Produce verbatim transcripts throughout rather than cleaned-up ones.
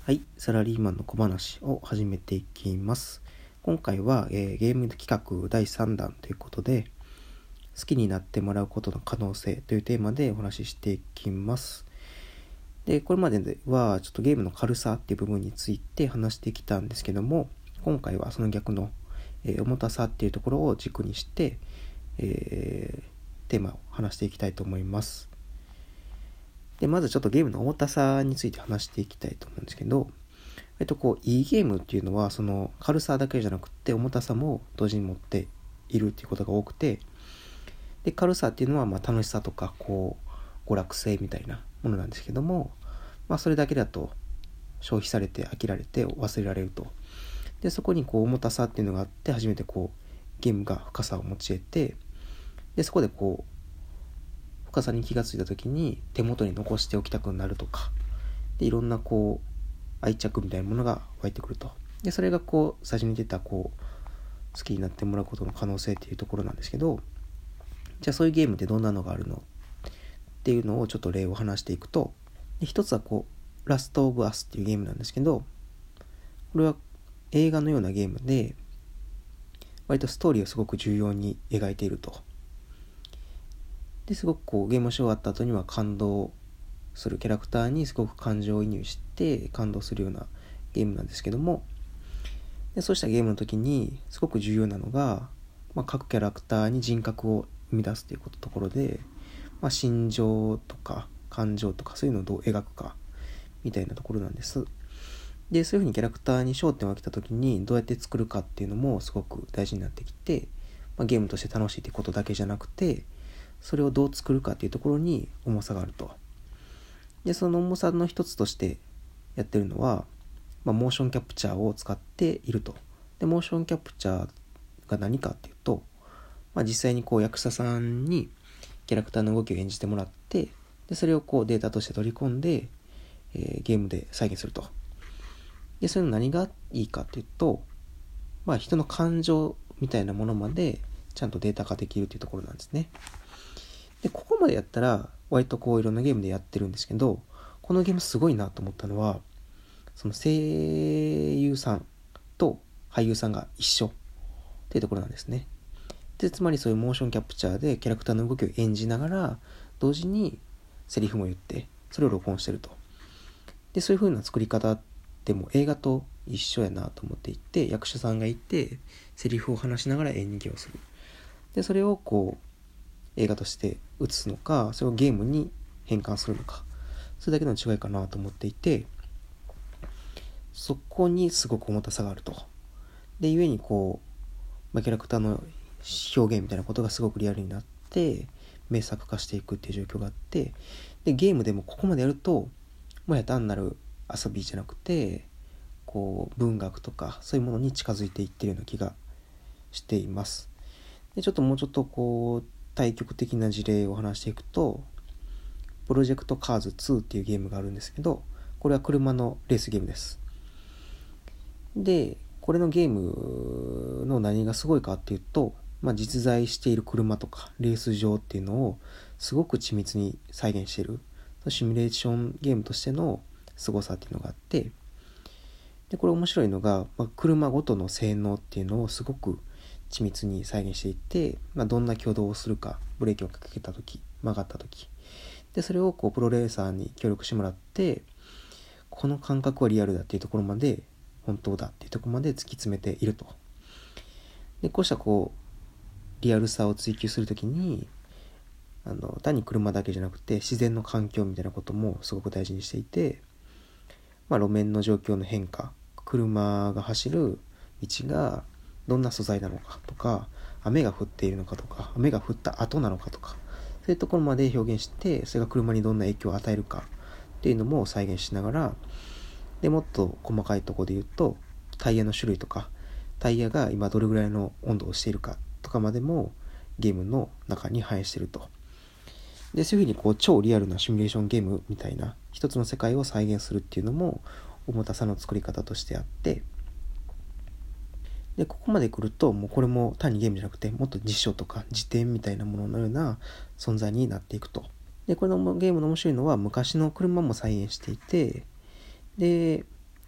はい、サラリーマンの小話を始めていきます。今回は、えーゲーム企画だいさんだんということで、好きになってもらうことの可能性というテーマでお話ししていきます。で、これまではちょっとゲームの軽さっていう部分について話してきたんですけども、今回はその逆の、えー重たさっていうところを軸にして、えーテーマを話していきたいと思います。で、まずちょっとゲームの重たさについて話していきたいと思うんですけど、えっとこういいゲームっていうのはその軽さだけじゃなくて重たさも同時に持っているっていうことが多くて、で軽さっていうのはまあ楽しさとかこう娯楽性みたいなものなんですけども、まあそれだけだと消費されて飽きられて忘れられると。でそこにこう重たさっていうのがあって初めてこうゲームが深さを持ち得て、でそこでこう深さに気がついた時に手元に残しておきたくなるとか、でいろんなこう愛着みたいなものが湧いてくると。でそれがこう最初に出たこう好きになってもらうことの可能性っていうところなんですけど、じゃあそういうゲームってどんなのがあるのっていうのをちょっと例を話していくと、で一つはこうラストオブアスっていうゲームなんですけど、これは映画のようなゲームで割とストーリーをすごく重要に描いていると。ですごくこうゲームをし終わった後には感動するキャラクターにすごく感情移入して感動するようなゲームなんですけども、でそうしたゲームの時にすごく重要なのが、まあ、各キャラクターに人格を生み出すということところで、まあ、心情とか感情とかそういうのをどう描くかみたいなところなんです。でそういうふうにキャラクターに焦点を当てた時にどうやって作るかっていうのもすごく大事になってきて、まあ、ゲームとして楽しいっていうことだけじゃなくて、それをどう作るかっていうところに重さがあると。でその重さの一つとしてやってるのは、まあ、モーションキャプチャーを使っていると。でモーションキャプチャーが何かっていうと、まあ、実際にこう役者さんにキャラクターの動きを演じてもらって、でそれをこうデータとして取り込んで、えーゲームで再現すると。でそれの何がいいかっていうと、まあ、人の感情みたいなものまでちゃんとデータ化できるっていうところなんですね。でここまでやったら割とこういろんなゲームでやってるんですけど、このゲームすごいなと思ったのは、その声優さんと俳優さんが一緒っていうところなんですね。でつまりそういうモーションキャプチャーでキャラクターの動きを演じながら同時にセリフも言ってそれを録音してると。でそういう風な作り方でも映画と一緒やなと思っていて、役者さんがいてセリフを話しながら演技をする。でそれをこう映画として映すのか、それをゲームに変換するのか、それだけの違いかなと思っていて、そこにすごく重たさがあると。で故にこう、まあ、キャラクターの表現みたいなことがすごくリアルになって名作化していくっていう状況があって、でゲームでもここまでやるともうや単なる遊びじゃなくてこう文学とかそういうものに近づいていってるような気がしています。でちょっともうちょっとこう対極的な事例を話していくと、プロジェクトカーズツーっていうゲームがあるんですけど、これは車のレースゲームです。でこれのゲームの何がすごいかっていうと、まあ、実在している車とかレース場っていうのをすごく緻密に再現しているシミュレーションゲームとしての凄さっていうのがあって、でこれ面白いのが、まあ、車ごとの性能っていうのをすごく緻密に再現していて、まあ、どんな挙動をするか、ブレーキをかけた時、曲がった時でそれをこうプロレーサーに協力してもらって、この感覚はリアルだっていうところまで、本当だっていうところまで突き詰めていると。でこうしたこうリアルさを追求するときに、あの単に車だけじゃなくて自然の環境みたいなこともすごく大事にしていて、まあ、路面の状況の変化、車が走る道がどんな素材なのかとか、雨が降っているのかとか、雨が降った後なのかとか、そういうところまで表現して、それが車にどんな影響を与えるかっていうのも再現しながら、でもっと細かいところで言うとタイヤの種類とか、タイヤが今どれぐらいの温度をしているかとかまでもゲームの中に反映していると。でそういうふうにこう超リアルなシミュレーションゲームみたいな一つの世界を再現するっていうのも重たさの作り方としてあって、でここまで来るともうこれも単にゲームじゃなくてもっと辞書とか辞典みたいなもののような存在になっていくと。でこれのゲームの面白いのは昔の車も再現していて、で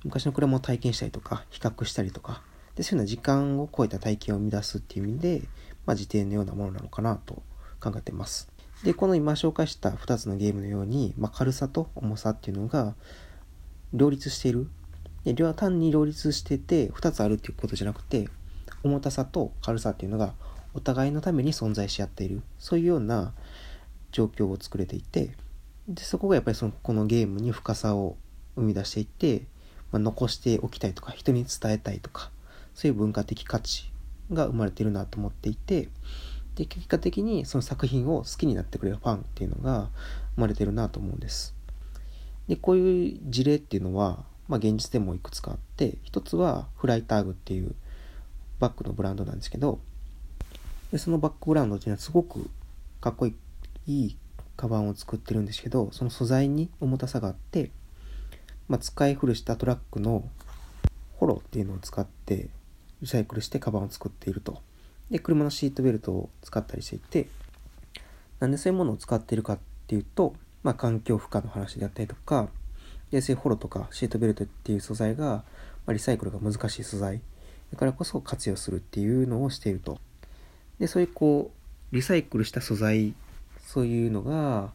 昔の車を体験したりとか比較したりとかで、そういうような時間を超えた体験を生み出すっていう意味で、まあ、自転のようなものなのかなと考えています。でこの今紹介したふたつのゲームのように、まあ、軽さと重さっていうのが両立している。で両単に両立しててふたつあるっていうことじゃなくて、重たさと軽さっていうのがお互いのために存在し合っている、そういうような状況を作れていて、でそこがやっぱりそのこのゲームに深さを生み出していって、まあ、残しておきたいとか人に伝えたいとか、そういう文化的価値が生まれているなと思っていて、で結果的にその作品を好きになってくれるファンっていうのが生まれているなと思うんです。でこういう事例っていうのは、まあ、現実でもいくつかあって、一つはフライターグっていうバッグのブランドなんですけど、でそのバッグブランドっていうのはすごくかっこいいいいカバンを作ってるんですけど、その素材に重たさがあって、まあ、使い古したトラックのホロっていうのを使ってリサイクルしてカバンを作っていると。で車のシートベルトを使ったりしていて、なんでそういうものを使っているかっていうと、まあ、環境負荷の話であったりとか、でそういうホロとかシートベルトっていう素材が、まあ、リサイクルが難しい素材だからこそ活用するっていうのをしていると。でそういうこうリサイクルした素材、そういうのが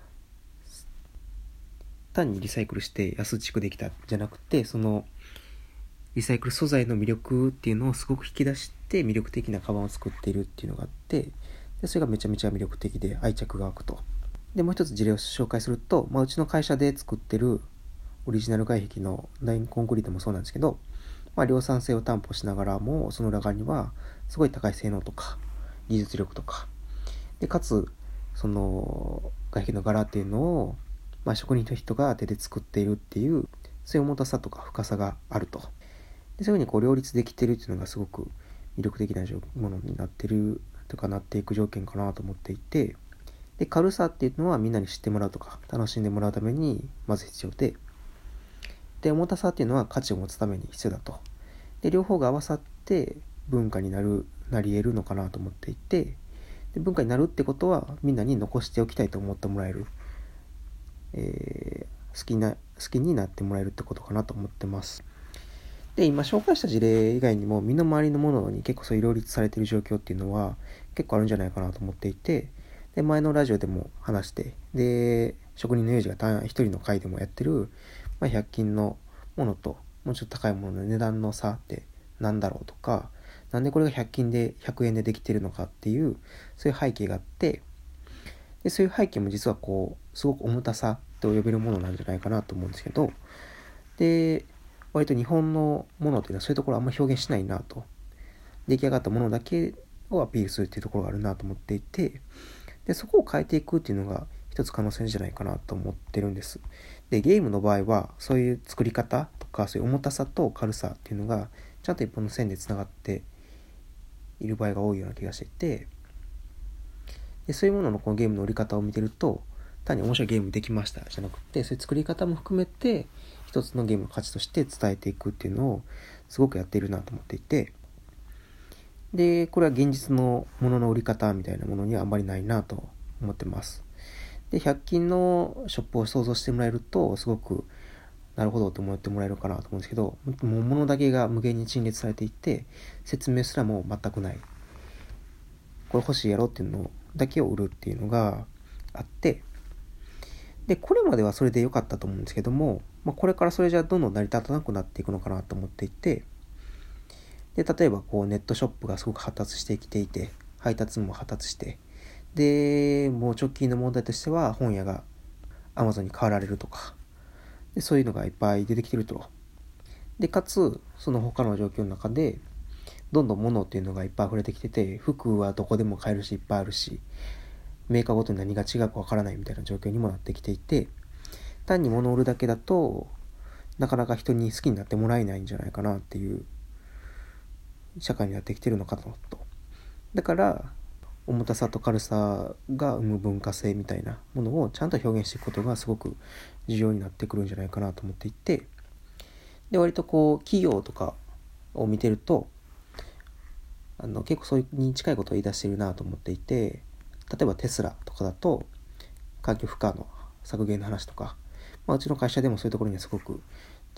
単にリサイクルして安くできたじゃなくて、そのリサイクル素材の魅力っていうのをすごく引き出して魅力的なカバンを作っているっていうのがあって、でそれがめちゃめちゃ魅力的で愛着が湧くと。でもう一つ事例を紹介すると、まあ、うちの会社で作ってるオリジナル外壁のラインコンクリートもそうなんですけど、まあ、量産性を担保しながらもその裏側にはすごい高い性能とか技術力とかで、かつその外壁の柄っていうのを、まあ、職人の人が手で作っているっていう、そういう重たさとか深さがあると。でそういうふうにこう両立できてるっていうのがすごく魅力的なものになってるとかなっていく条件かなと思っていて、で軽さっていうのはみんなに知ってもらうとか楽しんでもらうためにまず必要で、で重たさっていうのは価値を持つために必要だと。で両方が合わさって文化になるなり得るのかなと思っていて、で文化になるってことはみんなに残しておきたいと思ってもらえる、えー、好きな好きになってもらえるってことかなと思ってます。で今紹介した事例以外にも身の回りのものに結構そういう両立されている状況っていうのは結構あるんじゃないかなと思っていて、で前のラジオでも話して、で職人の有事が一人の回でもやってる、まあ、ひゃく均のものともうちょっと高いものの値段の差ってなんだろうとか、なんでこれがひゃく均でひゃくえんでできてるのかっていう、そういう背景があって、でそういう背景も実はこうすごく重たさと呼べるものなんじゃないかなと思うんですけど、で割と日本のものというのはそういうところあんまり表現しないなと、出来上がったものだけをアピールするっていうところがあるなと思っていて、でそこを変えていくっていうのが一つ可能性じゃないかなと思ってるんです。でゲームの場合はそういう作り方とかそういう重たさと軽さっていうのがちゃんと一本の線でつながっている場合が多いような気がしていて、でそういうもののこのゲームの売り方を見てると、単に面白いゲームできましたじゃなくて、そういう作り方も含めて一つのゲームの価値として伝えていくっていうのをすごくやっているなと思っていて、でこれは現実のものの売り方みたいなものにはあんまりないなと思ってます。でひゃく均のショップを想像してもらえるとすごくなるほどと思ってもらえるかなと思うんですけど、もう物だけが無限に陳列されていて説明すらも全くない、これ欲しいやろっていうのだけを売るっていうのがあって、でこれまではそれで良かったと思うんですけども、まあ、これからそれじゃどんどん成り立たなくなっていくのかなと思っていて、で例えばこうネットショップがすごく発達してきていて、配達も発達して、でもう直近の問題としては本屋が Amazon に変わられるとか、でそういうのがいっぱい出てきてると。でかつその他の状況の中でどんどん物っていうのがいっぱい溢れてきてて、服はどこでも買えるしいっぱいあるし、メーカーごとに何が違うかわからないみたいな状況にもなってきていて、単に物を売るだけだとなかなか人に好きになってもらえないんじゃないかなっていう社会になってきてるのかなと。だから重たさと軽さが生む文化性みたいなものをちゃんと表現していくことがすごく重要になってくるんじゃないかなと思っていて、で割とこう企業とかを見てるとあの結構それに近いことを言い出しているなと思っていて、例えばテスラとかだと環境負荷の削減の話とか、まあ、うちの会社でもそういうところにはすごく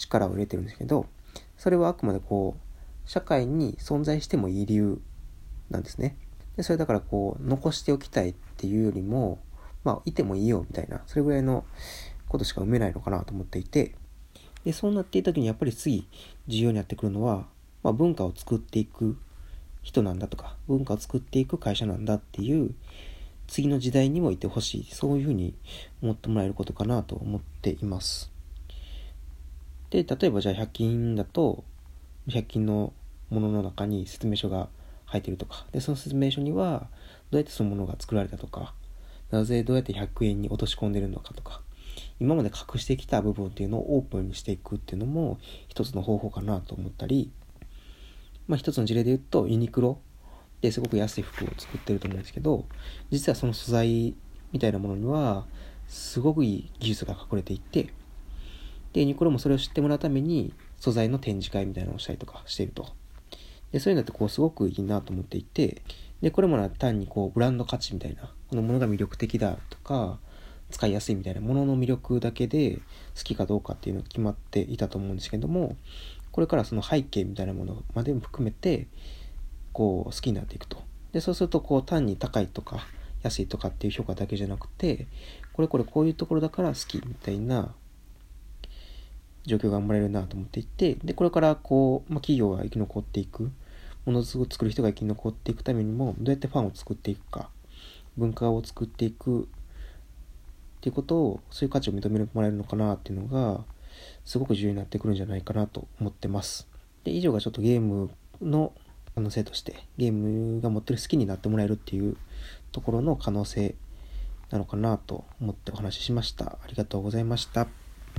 力を入れてるんですけど、それはあくまでこう社会に存在してもいい理由なんですね。でそれだからこう残しておきたいっていうよりも、まあいてもいいよみたいな、それぐらいのことしか埋めないのかなと思っていて、でそうなっていた時にやっぱり次重要になってくるのは、まあ、文化を作っていく人なんだとか、文化を作っていく会社なんだっていう次の時代にもいてほしい、そういうふうに思ってもらえることかなと思っています。で例えばじゃあひゃく均だとひゃく均のものの中に説明書が入ってるとか、でその説明書にはどうやってそのものが作られたとか、なぜどうやってひゃくえんに落とし込んでるのかとか、今まで隠してきた部分っていうのをオープンにしていくっていうのも一つの方法かなと思ったり、まあ一つの事例で言うとユニクロですごく安い服を作ってると思うんですけど、実はその素材みたいなものにはすごくいい技術が隠れていて、でユニクロもそれを知ってもらうために素材の展示会みたいなのをしたりとかしていると。でそういうのってこうすごくいいなと思っていて、でこれも単にこうブランド価値みたいな、このものが魅力的だとか使いやすいみたいなものの魅力だけで好きかどうかっていうのが決まっていたと思うんですけども、これからその背景みたいなものまでも含めてこう好きになっていくと。でそうするとこう単に高いとか安いとかっていう評価だけじゃなくて、これこれこういうところだから好きみたいな状況が生まれるなと思っていて、でこれからこう、まあ、企業が生き残っていく、ものを作る人が生き残っていくためにもどうやってファンを作っていくか、文化を作っていくっていうことを、そういう価値を認めてもらえるのかなっていうのがすごく重要になってくるんじゃないかなと思ってます。で以上がちょっとゲームの可能性として、ゲームが持ってる好きになってもらえるっていうところの可能性なのかなと思ってお話ししました。ありがとうございました。